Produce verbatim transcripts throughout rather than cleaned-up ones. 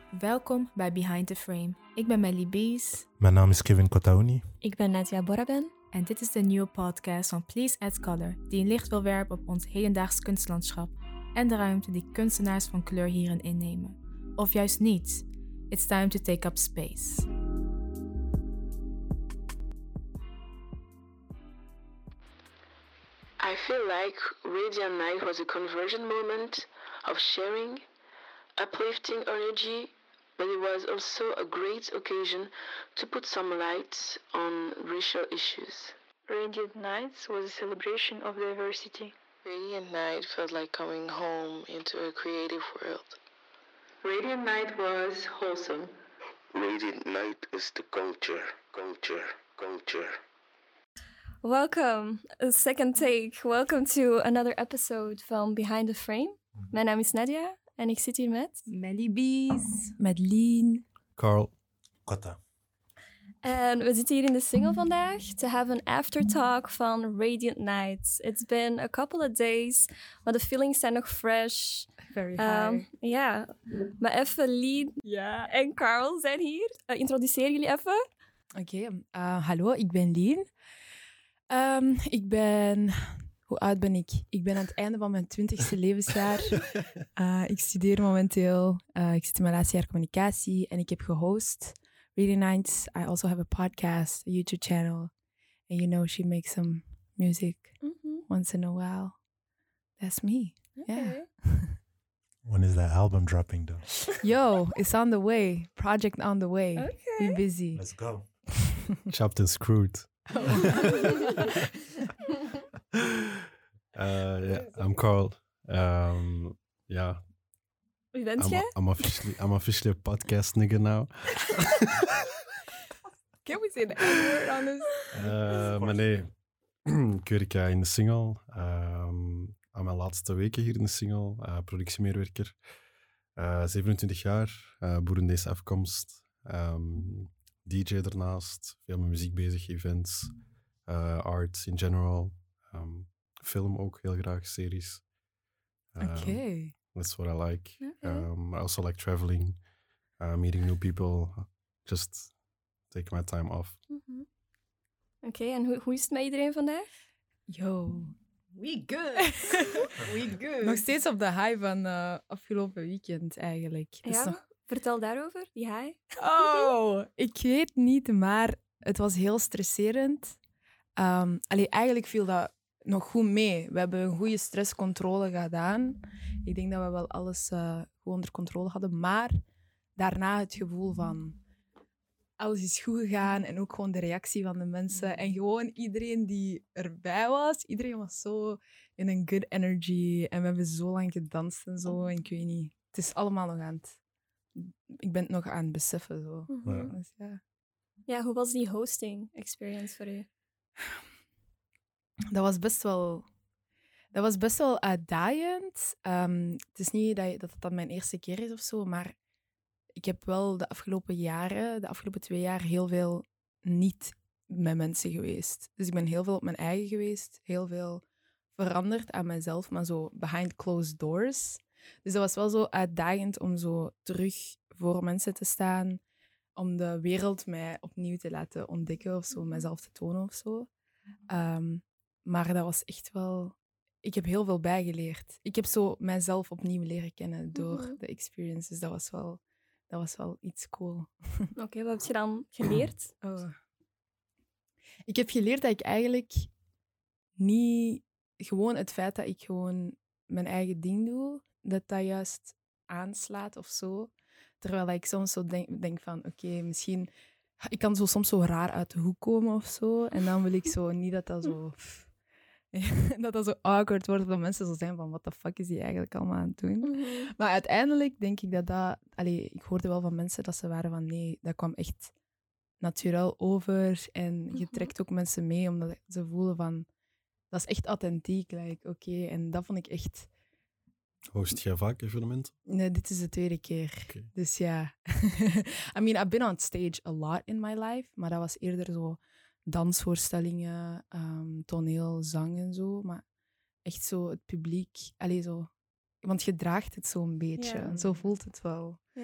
Welkom bij Behind the Frame. Ik ben Melly Bees. Mijn naam is Kevin Kotaouni. Ik ben Nadia Boraben. En dit is de nieuwe podcast van Please Add Color, die een licht wil werpen op ons hedendaags kunstlandschap en de ruimte die kunstenaars van kleur hierin innemen. Of juist niet. It's time to take up space. I feel like Radiant Night was a conversion moment of sharing, uplifting energy, but it was also a great occasion to put some light on racial issues. Radiant Nights was a celebration of diversity. Radiant Night felt like coming home into a creative world. Radiant Night was wholesome. Radiant Night is the culture, culture, culture. Welcome, a second take. Welcome to another episode van Behind the Frame. Mijn naam is Nadia en ik zit hier met... Melly Bees. Madeline. Carl. Kota. En we zitten hier in de single vandaag te hebben een aftertalk van Radiant Nights. It's been a couple of days, maar de feelings zijn nog fresh. Very Ja, high. um, yeah. Maar even Lien ja. en Carl zijn hier. Uh, introduceer jullie even. Oké, okay, uh, hallo, ik ben Lien. Um, ik ben... Hoe oud ben ik? Ik ben aan het einde van mijn twintigste levensjaar. Uh, ik studeer momenteel. Uh, ik zit in mijn laatste jaar communicatie en ik heb gehost Radiant Nights. I also have a podcast, a YouTube channel. And you know, she makes some music Mm-hmm. once in a while. That's me. Okay. Yeah. When is that album dropping though? Yo, it's on the way. Project on the way. Okay. Be busy. Let's go. Chopped and screwed. uh, yeah, I'm Carl. Um, yeah, Wie bent I'm, jij? I'm officially I'm officially a podcast nigga now. Can we say the N-word on this? Uh, maar nee, ik werk uh, in de single. Um, aan mijn laatste weken hier in de single. Uh, productiemeerwerker. Uh, zevenentwintig jaar, uh, Boerendees afkomst. Um, D J daarnaast, veel met muziek bezig, events, uh, art in general. Um, film ook heel graag, series. Um, Okay. That's what I like. Okay. Um, I also like traveling, uh, meeting new people, just take my time off. Mm-hmm. Oké, okay, en hoe, hoe is het met iedereen vandaag? Yo. We good. We good. Nog steeds op de high van uh, afgelopen weekend eigenlijk. Dus Ja, nog... vertel daarover, die high. Oh, ik weet niet, maar het was heel stresserend. Um, allee, eigenlijk viel dat nog goed mee. We hebben een goede stresscontrole gedaan. Ik denk dat we wel alles uh, goed onder controle hadden. Maar daarna het gevoel van... Alles is goed gegaan en ook gewoon de reactie van de mensen. En gewoon iedereen die erbij was. Iedereen was zo in een good energy. En we hebben zo lang gedanst en zo. En ik weet niet. Het is allemaal nog aan het... Ik ben het nog aan het beseffen. Zo. Mm-hmm. Ja. Dus, ja. Ja, hoe was die hosting experience voor u? Dat was best wel... Dat was best wel uitdagend. Um, het is niet dat, je, dat het dan mijn eerste keer is of zo, maar ik heb wel de afgelopen jaren, de afgelopen twee jaar, heel veel niet met mensen geweest. Dus ik ben heel veel op mijn eigen geweest, heel veel veranderd aan mezelf, maar zo behind closed doors. Dus dat was wel zo uitdagend om zo terug voor mensen te staan, om de wereld mij opnieuw te laten ontdekken of zo, mezelf te tonen of zo. Um, maar dat was echt wel... Ik heb heel veel bijgeleerd. Ik heb zo mijzelf opnieuw leren kennen door Mm-hmm. de experience. Dus dat was wel, dat was wel iets cool. Oké, okay, wat heb je dan geleerd? Oh. Ik heb geleerd dat ik eigenlijk niet... Gewoon het feit dat ik gewoon mijn eigen ding doe, dat dat juist aanslaat of zo. Terwijl ik soms zo denk, denk van, oké, okay, misschien... Ik kan zo soms zo raar uit de hoek komen of zo. En dan wil ik zo niet dat dat zo... dat dat zo awkward wordt, dat mensen zo zijn van, what the fuck is die eigenlijk allemaal aan het doen? Mm-hmm. Maar uiteindelijk denk ik dat dat... Allee, ik hoorde wel van mensen dat ze waren van, nee, dat kwam echt natuurlijk over. En je Mm-hmm. trekt ook mensen mee, omdat ze voelen van, dat is echt authentiek, like, oké. Okay. En dat vond ik echt... Host jij vaak evenementen? Nee, dit is de tweede keer. Okay. Dus ja. I mean, I've been on stage a lot in my life, maar dat was eerder zo dansvoorstellingen, um, toneel, zang en zo. Maar echt zo het publiek, allee, zo... Want je draagt het zo een beetje. Ja. En zo voelt het wel. Ja.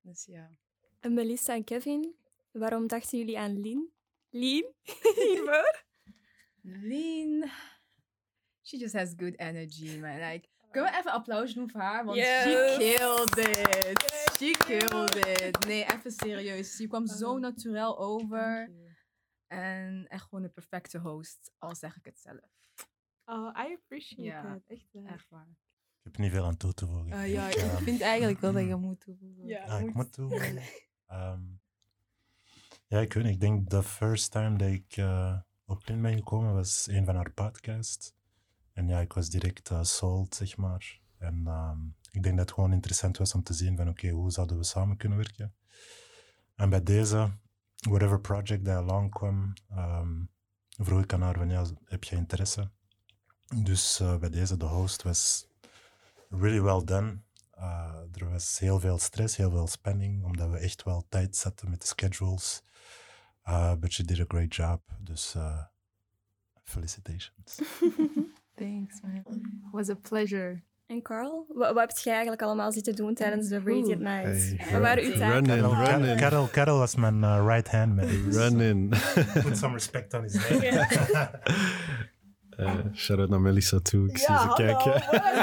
Dus ja. En Melissa en Kevin, waarom dachten jullie aan Lien? Lien? Hiervoor? Lien. She just has good energy, man. Like, kunnen we even applaus doen voor haar? Want Yes. she killed it. She killed it. Nee, even serieus. Ze kwam zo naturel over. En echt gewoon een perfecte host, al zeg ik het zelf. Oh, I appreciate Ja. it. Echt waar. Echt waar. Ik heb niet veel aan toe te voegen. Uh, ja, Ik, ik ehm, vind eigenlijk wel dat je moet toevoegen. Ja. ja, ik moet toe. Um, ja, ik weet niet. Ik denk de first time dat ik uh, op Lin ben gekomen was een van haar podcasts. En ja, ik was direct uh, sold, zeg maar. En um, ik denk dat het gewoon interessant was om te zien van oké, okay, hoe zouden we samen kunnen werken. En bij deze, whatever project dat along kwam, um, vroeg ik aan haar van ja, heb je interesse? Dus uh, bij deze, de host was really well done. Uh, er was heel veel stress, heel veel spanning, omdat we echt wel tijd zetten met de schedules. Uh, but she did a great job, dus uh, felicitations. Thanks, man. It was a pleasure. En Carl, wat, wat heb jij eigenlijk allemaal zitten doen tijdens de Radiant Nights? Hey, Wat waren uw run taken? in, Carol, run in. Carol, Carol was mijn uh, right hand man. Run in. Put some respect on his name. Uh, shout-out naar Melissa toe. Ik zie ze kijken.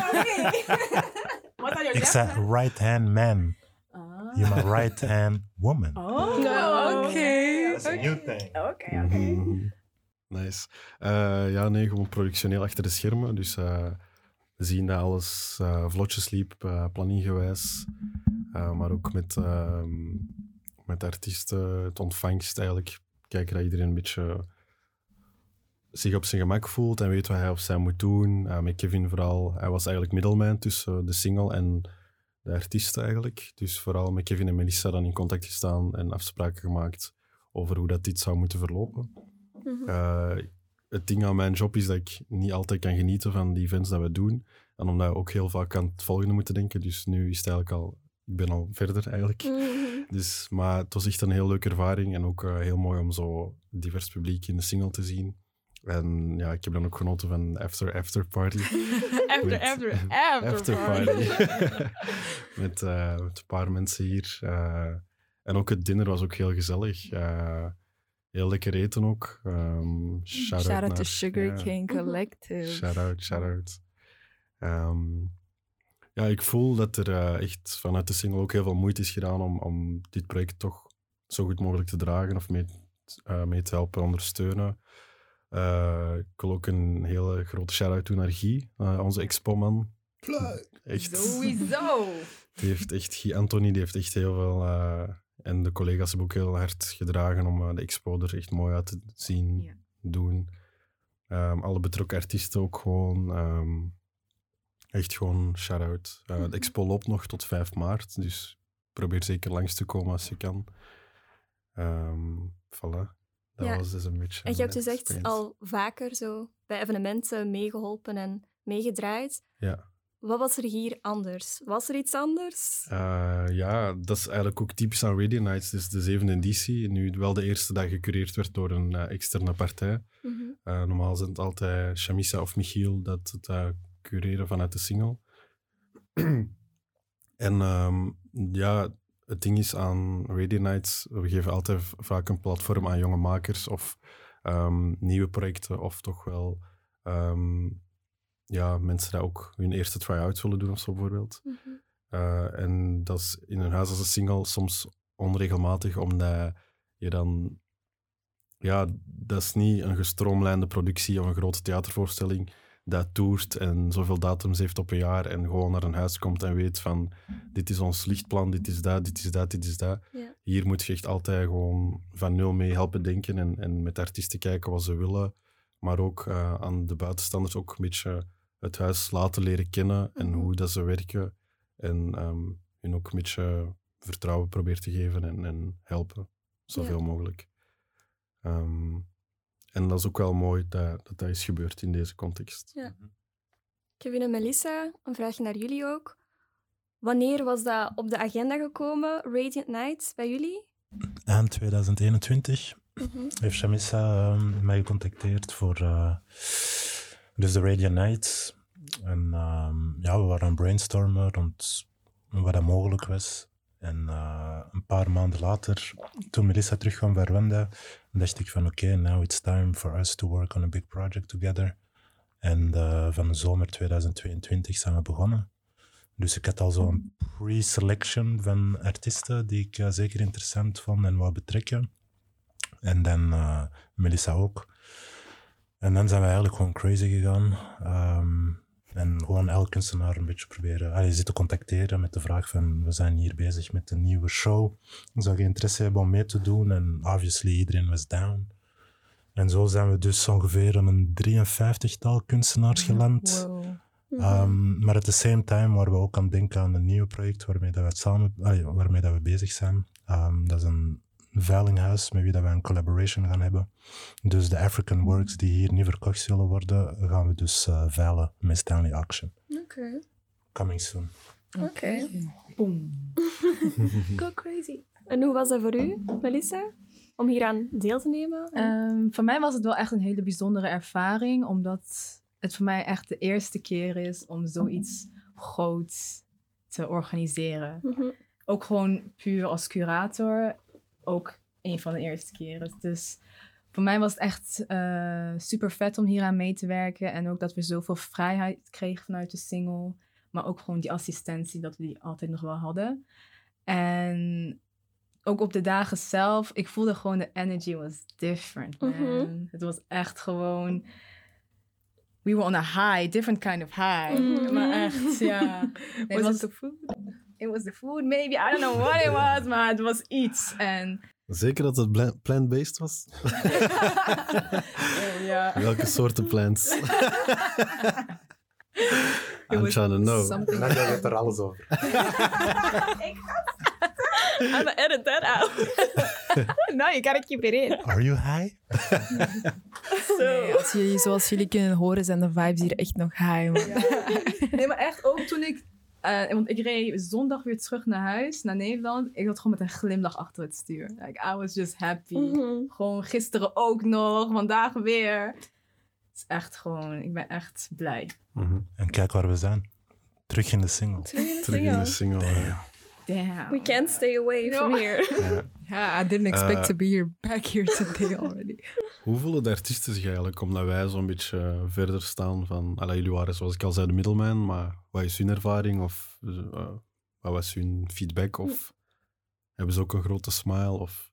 Wat are your Ik zei right hand man. Ah. You're my right hand woman. Oh, oké. okay. That's a new thing. Oké, oké. Mhm. Nice. Uh, ja, nee, gewoon productioneel achter de schermen. Dus uh, we zien dat alles uh, vlotjes liep, uh, planninggewijs. Uh, maar ook met, uh, met de artiesten, het ontvangst eigenlijk. Kijken dat iedereen een beetje zich op zijn gemak voelt en weet wat hij of zij moet doen. Uh, met Kevin vooral, hij was eigenlijk middleman tussen de single en de artiesten eigenlijk. Dus vooral met Kevin en Melissa dan in contact gestaan en afspraken gemaakt over hoe dat dit zou moeten verlopen. Mhm. Uh, het ding aan mijn job is dat ik niet altijd kan genieten van die events dat we doen. En omdat we ook heel vaak aan het volgende moeten denken. Dus nu is het eigenlijk al... Ik ben al verder eigenlijk. Mhm. Dus, maar het was echt een heel leuke ervaring. En ook uh, heel mooi om zo divers publiek in de single te zien. En ja, ik heb dan ook genoten van After After Party. After, Met- after, after, After party. Party. met, uh, met een paar mensen hier. Uh, en ook het dinner was ook heel gezellig. Uh, heel lekker eten ook. Um, shout, Shout out naar- to Sugar ja. Cane Collective. Shout out, shout out. Um, ja, ik voel dat er uh, echt vanuit de single ook heel veel moeite is gedaan om, om dit project toch zo goed mogelijk te dragen of mee, uh, mee te helpen ondersteunen. Uh, ik wil ook een hele grote shout-out doen naar Guy, uh, onze expo-man. Echt. Sowieso. Die heeft echt, Guy Anthony, die heeft echt heel veel... Uh, en de collega's hebben ook heel hard gedragen om uh, de expo er echt mooi uit te zien, Ja. doen. Um, alle betrokken artiesten ook gewoon... Um, echt gewoon shout-out. Uh, de expo loopt nog tot vijf maart, dus probeer zeker langs te komen als je kan. Um, voilà. Dat Ja. was dus een beetje... En je hebt mijn dus echt experience. al vaker zo bij evenementen meegeholpen en meegedraaid. Ja. Wat was er hier anders? Was er iets anders? Uh, ja, dat is eigenlijk ook typisch aan Radio Nights. Het is de zevende editie. Nu wel de eerste dat gecureerd werd door een uh, externe partij. Mhm. Uh, normaal zijn het altijd Shamisa of Michiel dat het uh, cureren vanuit de single. en um, ja, het ding is aan Radio Nights, we geven altijd v- vaak een platform aan jonge makers of um, nieuwe projecten of toch wel um, ja, mensen die ook hun eerste try-out willen doen of zo bijvoorbeeld. Mhm. Uh, en dat is in een huis als een single soms onregelmatig, omdat je dan... Ja, dat is niet een gestroomlijnde productie of een grote theatervoorstelling dat toert en zoveel datums heeft op een jaar en gewoon naar een huis komt en weet van dit is ons lichtplan, dit is dat, dit is dat, dit is dat. Ja. Hier moet je echt altijd gewoon van nul mee helpen denken en, en met artiesten kijken wat ze willen, maar ook uh, aan de buitenstanders ook een beetje het huis laten leren kennen en Mhm. hoe dat ze werken en um, hun ook een beetje vertrouwen proberen te geven en, en helpen, zoveel Ja. mogelijk. Um, en dat is ook wel mooi dat, dat dat is gebeurd in deze context. Ja. Kevin en Melissa, een vraagje naar jullie ook. Wanneer was dat op de agenda gekomen, Radiant Nights, bij jullie? Eind tweeduizend eenentwintig Mhm. heeft Shamisa um, mij gecontacteerd voor uh, dus de Radiant Nights. En um, ja, we waren aan het brainstormen rond wat dat mogelijk was. En uh, een paar maanden later, toen Melissa terugkwam bij Rwanda, dacht ik van oké, okay, now it's time for us to work on a big project together. En uh, van de zomer tweeduizend tweeëntwintig zijn we begonnen. Dus ik had al zo'n pre-selection van artiesten die ik uh, zeker interessant vond en wou betrekken. En dan uh, Melissa ook. En dan zijn we eigenlijk gewoon crazy gegaan. Um, en gewoon elke kunstenaar een beetje proberen allee, ze te contacteren met de vraag van we zijn hier bezig met een nieuwe show. Zou je interesse hebben om mee te doen? En obviously iedereen was down. En zo zijn we dus ongeveer aan een drieënvijftigtal kunstenaars geland. Wow. Um, maar at the same time waren we ook aan het denken aan een nieuw project waarmee, dat we, samen, allee, waarmee dat we bezig zijn. Um, dat is een veilinghuis met wie dat we een collaboration gaan hebben. Dus de African works die hier niet verkocht zullen worden, gaan we dus uh, veilen met Stanley Auction. Oké. Okay. Coming soon. Oké. Okay. Boom. Go crazy. En hoe was dat voor u, Melissa? Om hieraan deel te nemen? Um, voor mij was het wel echt een hele bijzondere ervaring, omdat het voor mij echt de eerste keer is om zoiets groots te organiseren. Mm-hmm. Ook gewoon puur als curator, ook een van de eerste keren. Dus voor mij was het echt uh, super vet om hieraan mee te werken. En ook dat we zoveel vrijheid kregen vanuit de single. Maar ook gewoon die assistentie, dat we die altijd nog wel hadden. En ook op de dagen zelf, ik voelde gewoon de energy was different, man. Mm-hmm. Het was echt gewoon... We were on a high, different kind of high. Mm-hmm. Maar echt, ja. Was het the food? It was the food, maybe. I don't know what it was, maar het was iets. En... Zeker dat het bla- plant-based was? oh, ja. Welke soorten plants? I'm trying to know. Dan ga je het er alles over. I'm gonna edit that out. No, you gotta keep it in. Are you high? So. Nee, als jullie, zoals jullie kunnen horen, zijn de vibes hier echt nog high, man. Ja. Nee, maar echt ook toen ik... Uh, want ik reed zondag weer terug naar huis, naar Nederland. Ik had gewoon met een glimlach achter het stuur. Like, I was just happy. Mm-hmm. Gewoon gisteren ook nog, vandaag weer. Het is echt gewoon... Ik ben echt blij. Mm-hmm. En kijk waar we zijn. Terug in de single. Terug in de Terug single. in de single, ja. Damn. We can't stay away from here. Yeah. yeah, I didn't expect uh, to be here, back here today already. Hoe voelen de artiesten zich eigenlijk, omdat wij zo'n beetje verder staan van... Allee, jullie waren, zoals ik al zei, de middleman, maar wat is hun ervaring of uh, wat was hun feedback? Of hebben ze ook een grote smile? Of...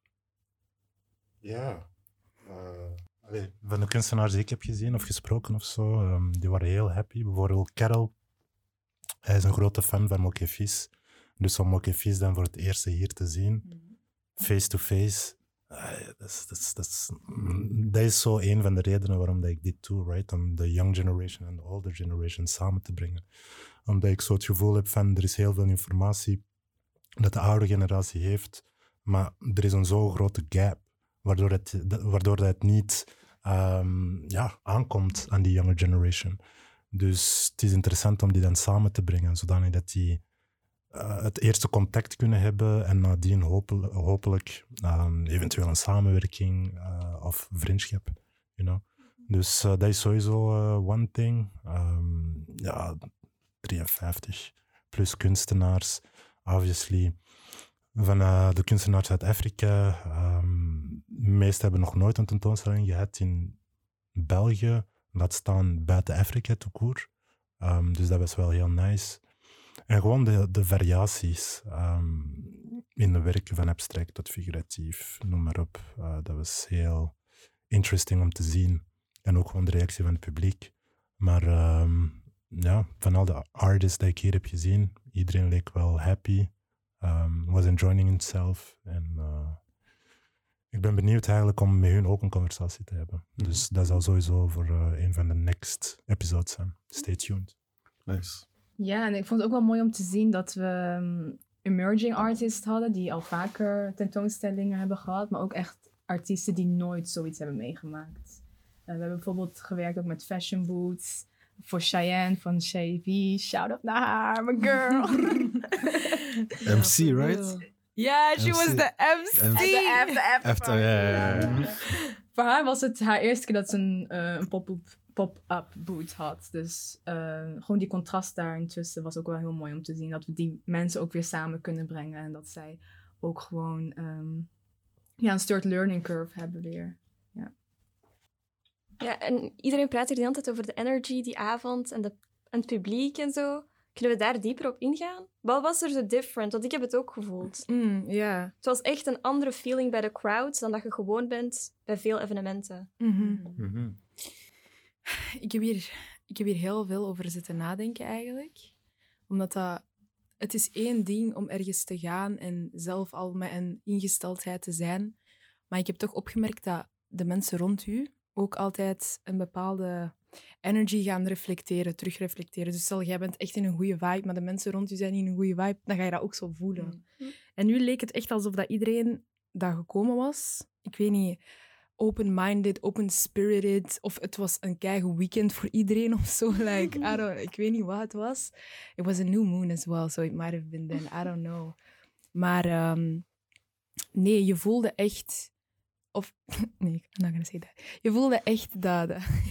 Ja. Uh, allee, van de kunstenaars die ik heb gezien of gesproken of zo, um, die waren heel happy. Bijvoorbeeld Carol, hij is een grote fan van Mokefis. Dus om Mokefis dan voor het eerst hier te zien, face-to-face, uh, dat is, dat is, dat is, dat is zo een van de redenen waarom dat ik dit doe, right? Om de young generation en de older generation samen te brengen. Omdat ik zo het gevoel heb van, er is heel veel informatie dat de oude generatie heeft, maar er is een zo grote gap, waardoor het, waardoor dat het niet um, ja, aankomt aan die younger generation. Dus het is interessant om die dan samen te brengen, zodanig dat die Uh, het eerste contact kunnen hebben en nadien hopel- hopelijk um, eventueel een samenwerking uh, of vriendschap. You know? Dus uh, dat is sowieso uh, one thing. Um, ja, drieënvijftig plus kunstenaars, obviously. Van uh, de kunstenaars uit Afrika, um, de meesten hebben nog nooit een tentoonstelling gehad in België, laat staan buiten Afrika tout court. Um, dus dat was wel heel nice. En gewoon de, de variaties um, in de werken van abstract tot figuratief, noem maar op. Uh, dat was heel interesting om te zien. En ook gewoon de reactie van het publiek. Maar um, ja, van al de artists die ik hier heb gezien, iedereen leek wel happy. Um, was enjoying himself. En uh, ik ben benieuwd eigenlijk om met hun ook een conversatie te hebben. Mm-hmm. Dus dat zal sowieso voor uh, een van de next episodes zijn. Stay tuned. Nice. Ja, en ik vond het ook wel mooi om te zien dat we um, emerging artists hadden die al vaker tentoonstellingen hebben gehad, maar ook echt artiesten die nooit zoiets hebben meegemaakt. Uh, we hebben bijvoorbeeld gewerkt ook met fashion boots voor Cheyenne van Shay V. Shout out naar haar, my girl. M C, right? Yeah, she M C. was the M C. M C. The after, after After, ja, ja, ja. voor haar was het haar eerste keer dat ze een, uh, een pop-up, pop-up boot had. Dus uh, gewoon die contrast daar intussen was ook wel heel mooi om te zien. Dat we die mensen ook weer samen kunnen brengen. En dat zij ook gewoon um, ja, een soort learning curve hebben weer. Ja. Ja, en iedereen praat hier de hele tijd over de energy die avond en, de, en het publiek en zo. Kunnen we daar dieper op ingaan? Wat was er zo different? Want ik heb het ook gevoeld. Mm, yeah. Het was echt een andere feeling bij de crowds dan dat je gewoon bent bij veel evenementen. Mm-hmm. Mm-hmm. Ik, heb hier, ik heb hier heel veel over zitten nadenken eigenlijk. Omdat dat... Het is één ding om ergens te gaan en zelf al met een ingesteldheid te zijn. Maar ik heb toch opgemerkt dat de mensen rond u ook altijd een bepaalde energy gaan reflecteren, terugreflecteren. Dus stel, jij bent echt in een goede vibe, maar de mensen rond u zijn niet in een goede vibe, dan ga je dat ook zo voelen. Mm. En nu leek het echt alsof dat iedereen dat gekomen was. Ik weet niet, open-minded, open-spirited, of het was een keigoed weekend voor iedereen of zo. Like, I don't, ik weet niet wat het was. It was a new moon as well, so it might have been then. I don't know. Maar um, nee, je voelde echt... Of, nee, I'm not gonna say that. Je voelde echt dat...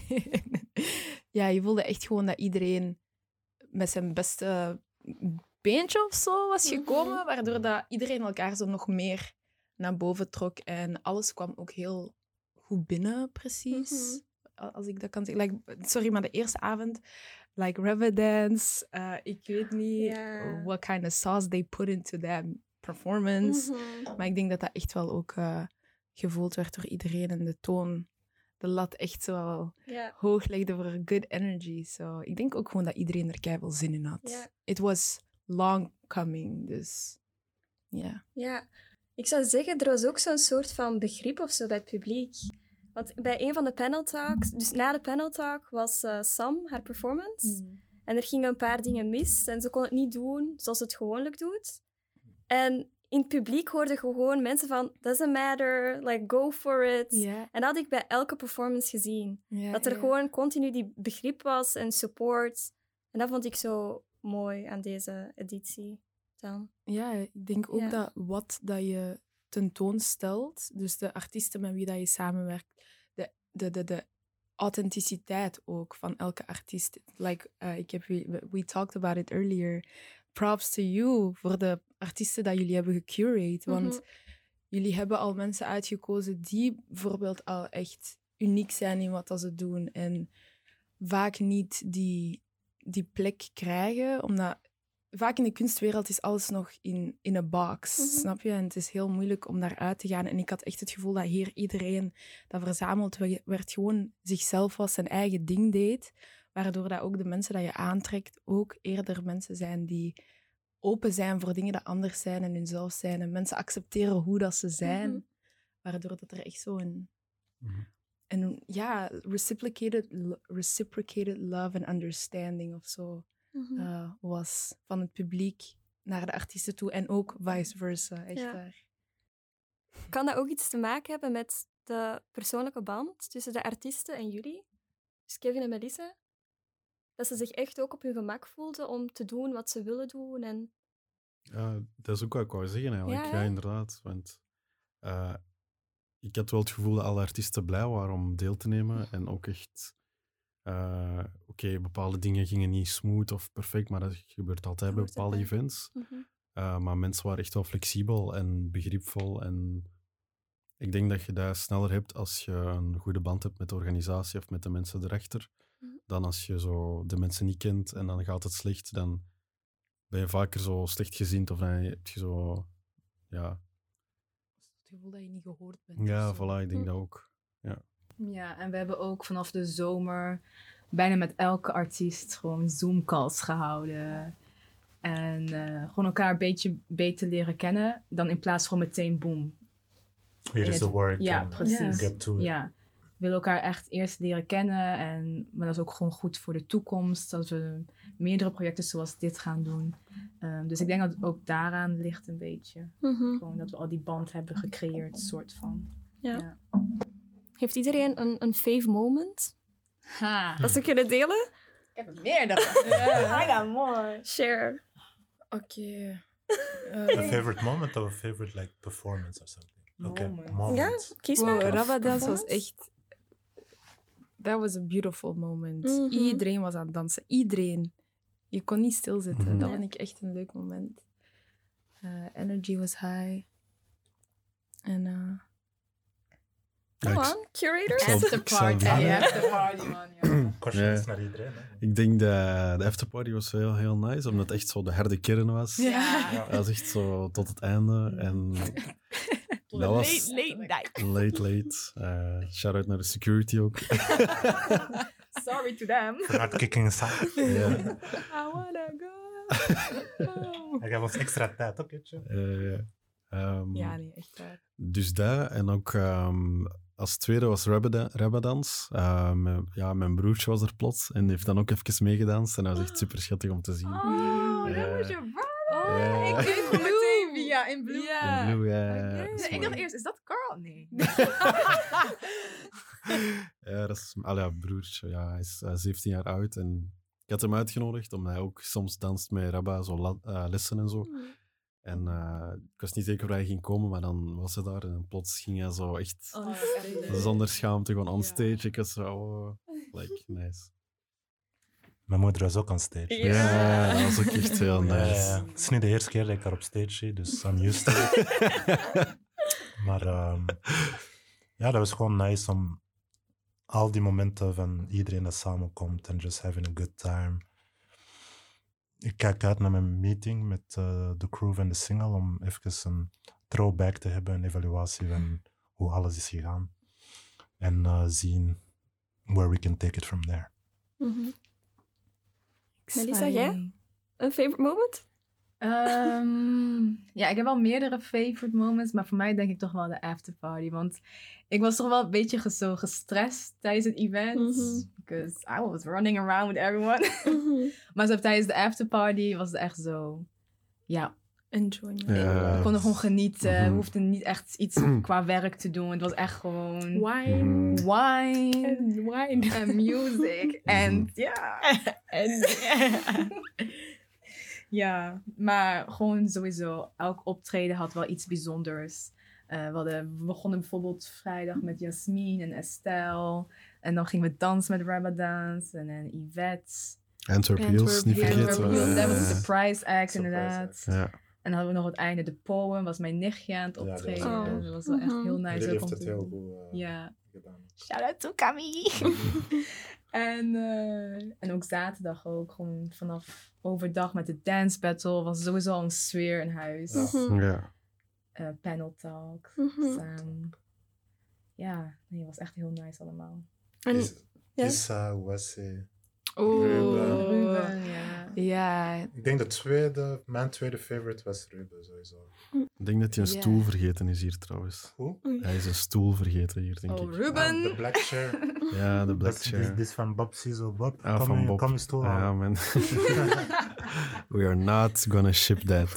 ja, je voelde echt gewoon dat iedereen met zijn beste beentje of zo was gekomen, waardoor dat iedereen elkaar zo nog meer naar boven trok. En alles kwam ook heel goed binnen, precies. Mm-hmm. Als ik dat kan zeggen. Like, sorry, maar de eerste avond, like Reverdance, uh, ik weet niet yeah. what kind of sauce they put into that performance. Mm-hmm. Maar ik denk dat dat echt wel ook... Uh, gevoeld werd door iedereen en de toon, de lat echt zo yeah. hoog legde voor good energy. So, ik denk ook gewoon dat iedereen er keiveel zin in had. Yeah. It was long coming, dus ja. Yeah. Ja, ik zou zeggen, er was ook zo'n soort van begrip of zo bij het publiek. Want bij een van de panel talks, dus na de panel talk, was uh, Sam, haar performance. Mm. En er gingen een paar dingen mis en ze kon het niet doen zoals ze het gewoonlijk doet. En in het publiek hoorde gewoon mensen van, doesn't matter, like, go for it. Yeah. En dat had ik bij elke performance gezien. Yeah, dat er yeah. gewoon continu die begrip was en support. En dat vond ik zo mooi aan deze editie dan. Ja, ik denk ook ja. dat wat dat je tentoonstelt, dus de artiesten met wie dat je samenwerkt, de, de, de, de authenticiteit ook van elke artiest. Like, uh, ik heb, we, we talked about it earlier. Props to you voor de artiesten dat jullie hebben gecurate. Want mm-hmm. jullie hebben al mensen uitgekozen die bijvoorbeeld al echt uniek zijn in wat dat ze doen. En vaak niet die, die plek krijgen. Omdat vaak in de kunstwereld is alles nog in, in een box. Mm-hmm. Snap je? En het is heel moeilijk om daaruit te gaan. En ik had echt het gevoel dat hier iedereen dat verzameld werd gewoon zichzelf was, zijn eigen ding deed. Waardoor dat ook de mensen dat je aantrekt ook eerder mensen zijn die open zijn voor dingen die anders zijn en hunzelf zijn. En mensen accepteren hoe dat ze zijn. Mm-hmm. Waardoor dat er echt zo een... Mm-hmm. een ja, reciprocated, reciprocated love and understanding of zo mm-hmm. uh, was. Van het publiek naar de artiesten toe. En ook vice versa. Echt ja. waar. Kan dat ook iets te maken hebben met de persoonlijke band tussen de artiesten en jullie? Dus Kevin en Melissa? Dat ze zich echt ook op hun gemak voelden om te doen wat ze willen doen. En... Ja, dat is ook wat ik wou zeggen eigenlijk. Ja, ja inderdaad. Want uh, ik had wel het gevoel dat alle artiesten blij waren om deel te nemen. En ook echt... Uh, Oké, okay, bepaalde dingen gingen niet smooth of perfect, maar dat gebeurt altijd bij bepaalde erbij. events. Mm-hmm. Uh, maar mensen waren echt wel flexibel en begripvol. En ik denk dat je dat sneller hebt als je een goede band hebt met de organisatie of met de mensen erachter. Dan als je zo de mensen niet kent en dan gaat het slecht, dan ben je vaker zo slechtgezind of dan heb je zo, ja... Het gevoel dat je niet gehoord bent. Ja, voilà, ik denk hm. dat ook. Ja. Ja, en we hebben ook vanaf de zomer bijna met elke artiest gewoon Zoom-calls gehouden. En uh, gewoon elkaar een beetje beter leren kennen, dan in plaats van meteen boom. Hier is de work. Ja, precies. Get to it. Ja. We willen elkaar echt eerst leren kennen. En, maar dat is ook gewoon goed voor de toekomst. Dat we meerdere projecten zoals dit gaan doen. Um, dus ik denk dat het ook daaraan ligt een beetje. Mm-hmm. Gewoon dat we al die band hebben gecreëerd, soort van. Ja. Ja. Heeft iedereen een, een fave moment? Ha. Dat ze kunnen delen? Ik heb er meerdere. Yeah. I got more. Share. Oké. Okay. Uh, a favorite moment of a favorite like performance or something? Oké, Moment. moment. Ja, kies Wow, maar. Rabadans was Performance? echt... Dat was a beautiful moment. Mhm. Iedereen was aan het dansen. Iedereen. Je kon niet stilzitten. Mhm. Dat Ja. vond ik echt een leuk moment. Uh, energy was high. En... Uh, Ja, Come ik- on, curator. ik zal- After ik zal party. doen. Ja, after party, man. Ja. Kostjes naar iedereen. Hè. Ik denk de, de afterparty was heel, heel nice, omdat het echt zo de harde kern was. Ja. Ja. Dat was echt zo tot het einde. En dat was late night. late, late. Uh, shout-out naar de security ook. Sorry to them. For not kicking us out. Ja. I wanna go. Hij gaf ons extra tijd, ook, weet je. Eh, ja. Ehm, Ja, nee, echt waar. Dus dat. En ook ehm, als tweede was Rabada- Rabadans. Uh, mijn, ja, mijn broertje was er plots en die heeft dan ook even meegedanst. En dat was echt super schattig om te zien. Oh, Ja. dat was je brother. Oh, Ja. Ik weet het meteen wie. Ja, in blue. Ja. In blue, ja. Ja, dat is ik dacht mooi. eerst, is dat Carl? Nee. Ja, dat is al ja, broertje. Ja, hij is uh, zeventien jaar oud. En ik had hem uitgenodigd, omdat hij ook soms danst met Rabba, zo la- uh, lessen en zo. En uh, ik was niet zeker of hij ging komen, maar dan was hij daar. En dan plots ging hij zo echt Oh, dat is echt leuk. zonder schaamte gewoon on Ja. stage. Ik was zo, oh, like, nice. Mijn moeder was ook on stage. Ja. Ja, dat was ook echt heel Ja, nice. ja. Het is niet de eerste keer dat ik haar op stage zie, dus I'm used to it. Maar ehm, ja, dat was gewoon nice om al die momenten van iedereen dat samenkomt en just having a good time. Ik kijk uit naar mijn meeting met uh, de crew van de single om even een throwback te hebben, een evaluatie van hoe alles is gegaan. En uh, zien where we can take it from there. Mhm. Melissa, jij? Een favorite moment? Ehm, ja, ik heb wel meerdere favorite moments, maar voor mij denk ik toch wel de afterparty. Want ik was toch wel een beetje ge- zo gestrest tijdens het event. Mhm. Because I was running around with everyone. Mhm. maar zo tijdens de afterparty was het echt zo... Ja, Enjoy. Ja. ik kon er gewoon genieten. Mhm. We hoefden niet echt iets qua werk te doen. Het was echt gewoon... Wine. Mhm. Wine. En wine. En music. En ja. En ja, maar gewoon sowieso. Elk optreden had wel iets bijzonders. Uh, we, hadden, we begonnen bijvoorbeeld vrijdag met Jasmine en Estelle. En dan gingen we dansen met Rabadans en, en Yvette. Antwerp Hills, niet Antwerp vergeten. Hills. we. Dat was een Ja. surprise act, Surprise inderdaad. act. Ja. En dan hadden we nog het einde, de poem, was mijn nichtje aan het Ja, dat was optreden. ook dat, nice. was wel echt Mhm. heel nice. Jullie ook heeft om het te heel doen. goed uh, Ja. gedaan. Shout out to Camille. en, uh, en ook zaterdag ook, gewoon vanaf overdag met de dance battle, was sowieso al een sfeer in huis. Ja. Mhm. Ja. Uh, panel talk. Mhm. Dus, um, ja, nee, het was echt heel nice allemaal. En- Is, ja. is uh, Wesley. Oeh. Ruben. Ruben, ja. Ja. Ik denk de tweede, mijn tweede favorite was Ruben sowieso. Ik denk dat hij een Ja. stoel vergeten is hier trouwens. Hoe? Hij is een stoel vergeten hier, denk Oh, ik. Ruben! Ah, de black chair. Ja, de black Dat is- chair. Dit, dit is van Bob Cizo. Bob, Ah, kom, van je, Bob. kom je stoel Ja, halen. man. We are not gonna ship that.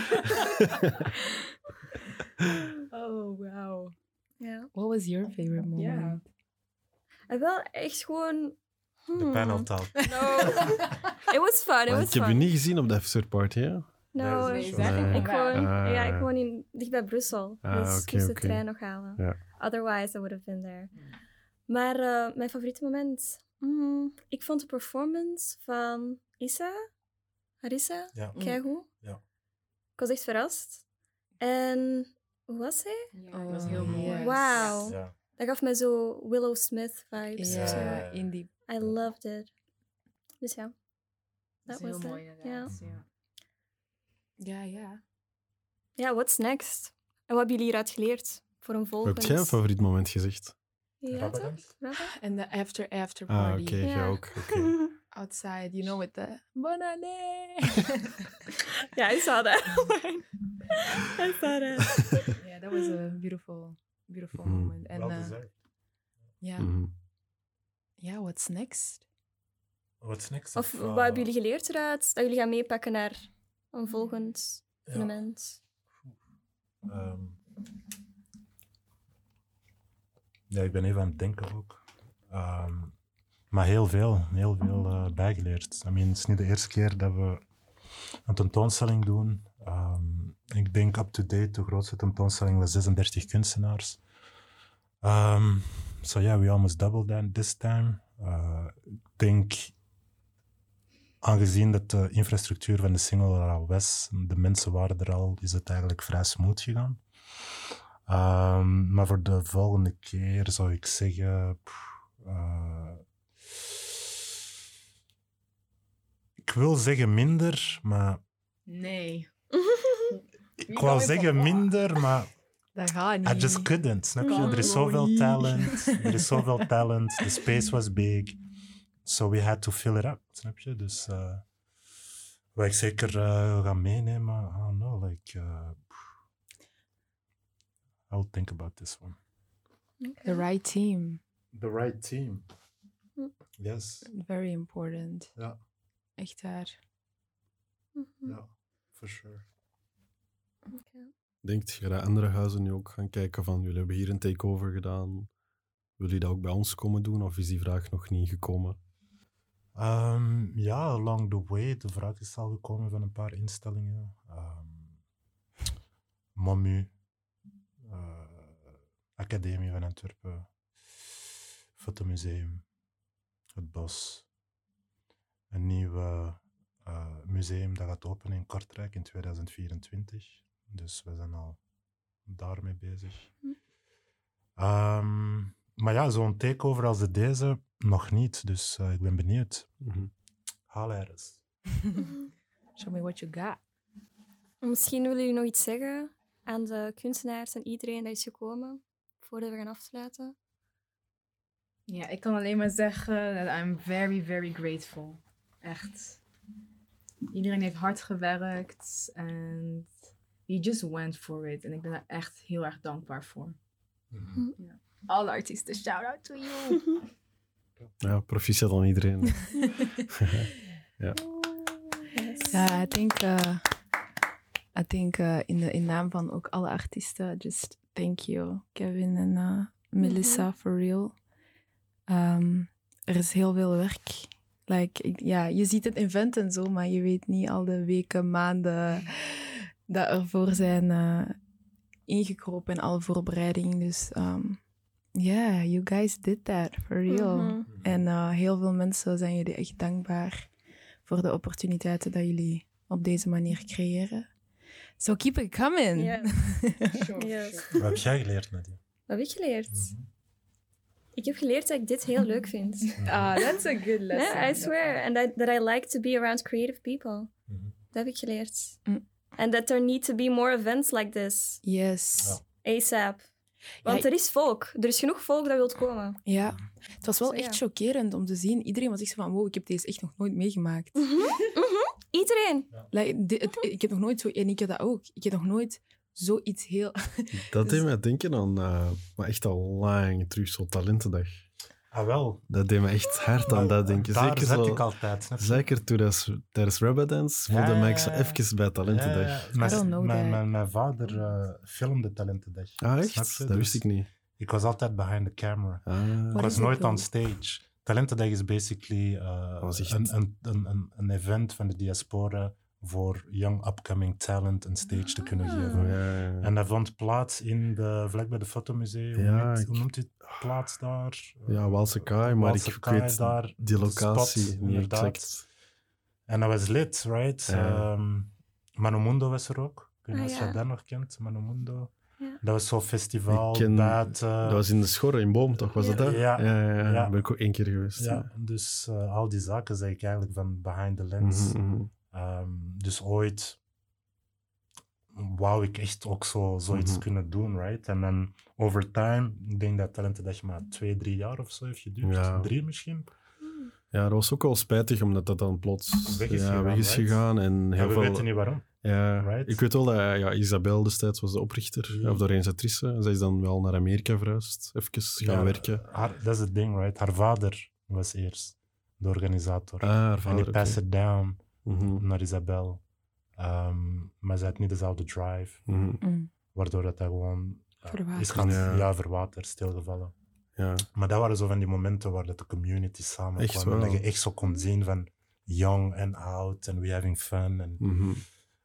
Oh, wow. Ja. What was your favorite moment? Ja. En wel echt gewoon... De hmm. panel talk. No. It was fun, it Maar was ik heb je fun. niet gezien op de afterparty, hè? No, Nee, Nee, Zo. zeg Nee. ik woon, Ah. ja, ik woon in, dicht bij Brussel. Ah, dus oké, ik moest de oké. trein nog halen. Ja. Otherwise, I would have been there. Maar uh, mijn favoriete moment? Mm, ik vond de performance van Issa, Harissa, Ja. keigoed. Ja. Ik was echt verrast. En hoe was zij? Ja, dat was heel Oh, mooi. yes. Wauw. Ja. Dat gaf mij zo Willow Smith vibes. Ja, Zo. Ja. in die... I loved it. Dus ja. Dat Dat is heel was mooi het. Ja. inderdaad. Ja. Ja, ja. Ja, what's next? En wat hebben jullie hieruit geleerd voor een volgend? Heb jij een favoriet moment gezegd? Ja, Rabadans? toch? Rabba? En de after after Ah, party. oké, Ja. jij ook. Oké. Outside, you know, with the banane. Ja, I saw that. I saw that. Yeah, that was a beautiful, beautiful Mhm. moment. And Well uh, deserved. yeah, Mhm. yeah, what's next? What's next? Of uh, wat hebben jullie geleerd eruit? Dat jullie gaan meepakken naar een volgend ja, evenement? ehm, ja, ik ben even aan het denken ook. Ehm, maar heel veel, heel veel eh, bijgeleerd. I mean, het is niet de eerste keer dat we een tentoonstelling doen. Ehm, Ik denk up-to-date, de grootste tentoonstelling was zesendertig kunstenaars. Um, so yeah, we almost doubled that this time. Uh, ik denk, aangezien dat de infrastructuur van de single er al was, de mensen waren er al, is het eigenlijk vrij smooth gegaan. Um, maar voor de volgende keer zou ik zeggen... Pff, uh, ik wil zeggen minder, maar... Nee. Ik wou zeggen minder, maar... Dat gaat niet. I just couldn't, snap je? Er is zoveel talent. Er is zoveel talent. The space was big. So we had to fill it up, snap je? Dus uh, wat ik zeker uh, ga meenemen, I don't know, like... Uh, I'll think about this one. Okay. The right team. The right team. Yes. Very important. Ja. Echt waar. Mm-hmm. Ja, for sure. Okay. Denkt je dat andere huizen nu ook gaan kijken van, jullie hebben hier een takeover gedaan, willen jullie dat ook bij ons komen doen, of is die vraag nog niet gekomen? Um, ja, along the way, de vraag is al gekomen van een paar instellingen. Um, MOMU, uh, Academie van Antwerpen, Fotomuseum, Het Bos, een nieuw uh, museum dat gaat openen in Kortrijk in tweeduizend vierentwintig. Dus we zijn al daarmee bezig. Um, maar ja, zo'n takeover als de deze nog niet. Dus uh, ik ben benieuwd. Mm-hmm. Haal er eens. Show me what you got. Misschien willen jullie nog iets zeggen aan de kunstenaars en iedereen dat is gekomen, voordat we gaan afsluiten. Ja, ik kan alleen maar zeggen that I'm very, very grateful. Echt. Iedereen heeft hard gewerkt en he just went for it. En ik ben daar echt heel erg dankbaar voor. Mm-hmm. Ja. Alle artiesten, shout out to you. Ja, proficiat aan iedereen. Ja. Ja, ik denk, uh, I think uh, in, de, in naam van ook alle artiesten, just thank you, Kevin en uh, Melissa, mm-hmm. for real. Um, er is heel veel werk. Like, ik, ja, je ziet het event en zo, maar je weet niet al de weken, maanden dat ervoor zijn uh, ingekropen en alle voorbereidingen. Dus um, yeah, you guys did that, for real. Mm-hmm. En uh, heel veel mensen zijn jullie echt dankbaar voor de opportuniteiten dat jullie op deze manier creëren. So keep it coming. Yeah. Sure, yes. Wat heb jij geleerd, Nadia? Wat heb ik geleerd? Mm-hmm. Ik heb geleerd dat ik dit heel leuk vind. Ah, that's a good lesson. Yeah, I swear. And that, that I like to be around creative people. Mm-hmm. Dat heb ik geleerd. Mm. And that there need to be more events like this. Yes. Ja. ASAP. Want Ja, er is volk. Er is genoeg volk dat wil komen. Ja, het was wel So, echt ja. chockerend om te zien. Iedereen was echt zo van, wow, ik heb deze echt nog nooit meegemaakt. Mm-hmm. Mm-hmm. Iedereen. Like, dit- het- ik heb nog nooit zo, en ik heb dat ook, ik heb nog nooit zoiets heel... Dat Dus- deed mij denken aan, uh, maar echt al lang terug, zo Talentendag. Ah, wel. Dat deed me echt hard aan dat denken. Daar Zeker, zat zo, ik altijd. Snap je? zeker toen dat, tijdens Rabbadance voelde Ja, mij ik zo ja, ja. even bij Talentendag. Ja, ja. Mijn, I don't know mijn, that. mijn, mijn vader uh, filmde Talentendag. Ah, Snap echt? je? Dat Dus wist ik niet. Ik was altijd behind the camera. Ah, Ik Wat was is het nooit dan? on stage. Talentendag is basically uh, Was echt- een, een, een, een, een event van de diaspora voor young upcoming talent een stage te kunnen Ah. geven. ja, ja. En dat vond plaats in de, vlak bij de fotomuseum. Ja, hoe, noemt, ik- hoe noemt die plaats daar? Ja, Waalse Kaai, maar Waalse ik, ik Kaai weet daar, die de locatie spot, niet inderdaad. exact. En dat was lit, right? Ja. Um, Mano Mundo was er ook. Ik weet niet Ah, of ja. je dat nog kent, Mano Mundo. Ja. Dat was zo'n festival Ik ken- buiten. Dat was in de Schorre in Boom, toch? Was Ja. dat dat? Ja. ja, ja, ja. Ja. Ben ik ook één keer geweest. Ja, dus uh, al die zaken zei ik eigenlijk van behind the lens. Mhm, mhm. Um, dus ooit wou ik echt ook zo, zoiets Mhm. kunnen doen, right? En dan over time, ik denk dat Talentendag maar twee, drie jaar of zo heeft geduurd. Ja. Drie misschien. Ja, dat was ook wel spijtig, omdat dat dan plots Weg is ja, gegaan, weg is right? gegaan. En heel En we veel, weten niet waarom. ja, right? Ik weet wel dat ja, Isabel destijds was de oprichter, Ja. of de organisatrice. Zij is dan wel naar Amerika verhuisd, even gaan Ja, werken. Haar, dat is het ding, right? Haar vader was eerst de organisator. Ah, haar en vader, die oké. passed it down Mhm, naar Isabel. Um, maar ze had niet dezelfde drive, mhm. Mm. waardoor dat hij gewoon uh, Verwaterd. is gaan Ja. ja. verwaterd, stilgevallen. Ja, Maar dat waren zo van die momenten waar dat de community Echt samenkwam. En wel. dat je echt zo kon zien van young en oud en we having fun. En, mhm.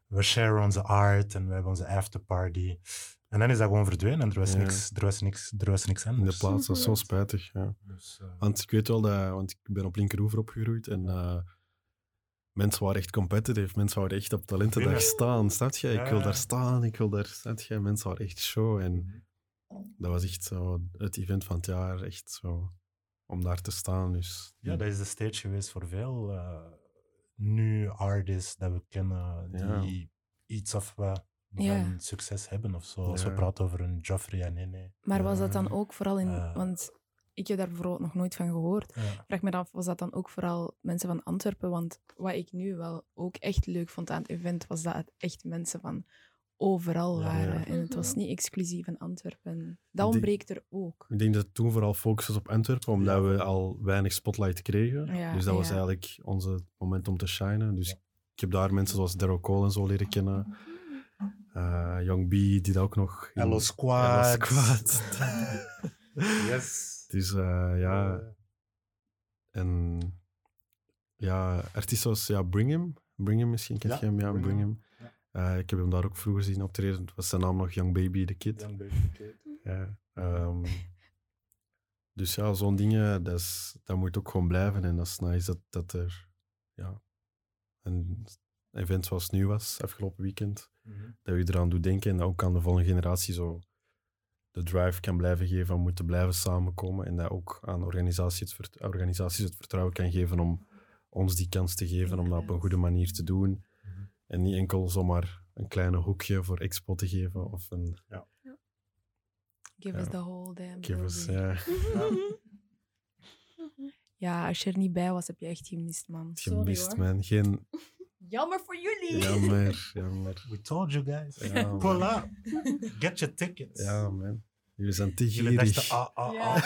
we share onze art en we hebben onze afterparty. En dan is dat gewoon verdwenen en er was, Ja. niks, er was, niks, er was niks In de anders. plaats, dat is zo spijtig. Ja. Dus, uh, Want ik weet wel dat, want ik ben op Linkeroever opgegroeid en uh, mensen waren echt competitive. Mensen wouden echt op talentendag Ja. staan, snap je? Ik Ja, wil ja. daar staan, ik wil daar, snap je? Mensen waren echt show en dat was echt zo het event van het jaar, echt zo, om daar te staan. Dus, ja, dat is de stage geweest voor veel uh, nu artists dat we kennen die Ja. iets of wat van Ja. succes hebben of zo. Als we Ja. praten over een Joffrey en Nene. Maar was dat dan Ja. ook vooral in... Eh. Want ik heb daar bijvoorbeeld nog nooit van gehoord. Ja. Ik vraag me af, was dat dan ook vooral mensen van Antwerpen? Want wat ik nu wel ook echt leuk vond aan het event, was dat het echt mensen van overal Ja, waren. ja. En het was niet exclusief in Antwerpen. Dat Die- ontbreekt er ook. Ik denk dat het toen vooral focus was op Antwerpen, omdat we al weinig spotlight kregen. Ja, dus dat was ja. eigenlijk onze moment om te shinen. Dus Ja. ik heb daar mensen zoals Daryl Cole en zo leren kennen. Uh, Young B, die dat ook nog... in- Hello Squad. Hello Squad. Yes. Dus uh, ja... En ja, artiesten zoals ja, Bring Him. Bring Him misschien, kent Ja, je hem? Ja, Bring Bring Him. Him. Uh, ik heb hem daar ook vroeger zien optreden. Het was zijn naam nog Young Baby the Kid. Young Baby Kid. Ja, um, dus ja, zo'n dingen, dat, is, dat moet ook gewoon blijven. En dat is nice dat, dat er ja, een event zoals nu was, afgelopen weekend, Mhm. dat je eraan doet denken en dat ook aan de volgende generatie zo de drive kan blijven geven om moeten blijven samenkomen. En dat ook aan organisaties het, vert- organisaties het vertrouwen kan geven om ons die kans te geven om dat op een goede manier te doen. Mhm. En niet enkel zomaar een kleine hoekje voor expo te geven of een... Give Ja. us the whole damn Give us, building. ja, Ja, als je er niet bij was, heb je echt gemist, man. gemist, hoor. man. Geen... Jammer voor jullie. Jammer, jammer. We told you guys. Ja, man. Pull up. Get your tickets. Ja, man. Jullie zijn te Jullie gierig. dachten, ah, ah, Ja.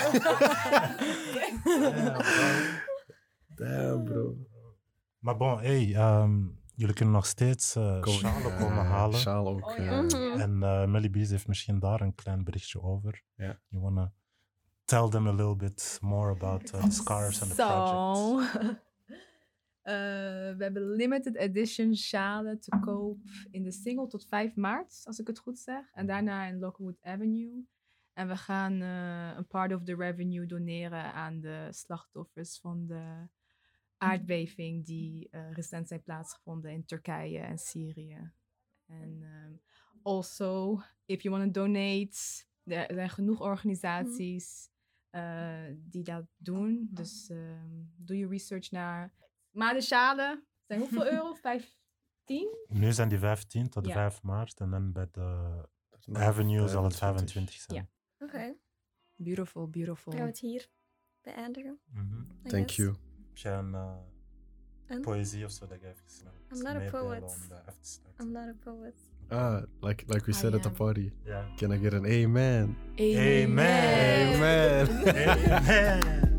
ah. Damn, bro. Maar bon, hey, um, jullie kunnen nog steeds uh, Kom, schalen eh, komen halen. Sjaal ook. Oh, ja. eh. En uh, Melly Bees heeft misschien daar een klein berichtje over. Ja. You wanna tell them a little bit more about uh, the scars and the project? Zo. Eh, we hebben limited edition sjalen te koop in de single tot vijf maart, als ik het goed zeg. En daarna in Lockwood Avenue. En we gaan eh, een part of the revenue doneren aan de slachtoffers van de aardbeving die eh, recent zijn plaatsgevonden in Turkije en Syrië. En um, also, if you want to donate, er zijn genoeg organisaties uh, die dat doen. Dus um, doe je research naar. Maar de sjalen zijn hoeveel euro? vijftien? Nu zijn die vijftien tot Ja. vijf maart en dan bij de Avenue zal het vijfentwintig zijn. Ja. Oké, okay. Beautiful, beautiful. gaan we het hier beëindigen? Mhm. I Thank guess. you. Heb jij een uh, En? poëzie of zo dat je even I'm not a poet. om dat af te starten? I'm not a poet. Ah, like, like we I said at the am. party. Ja. Can I get an amen? Amen. Amen. Amen.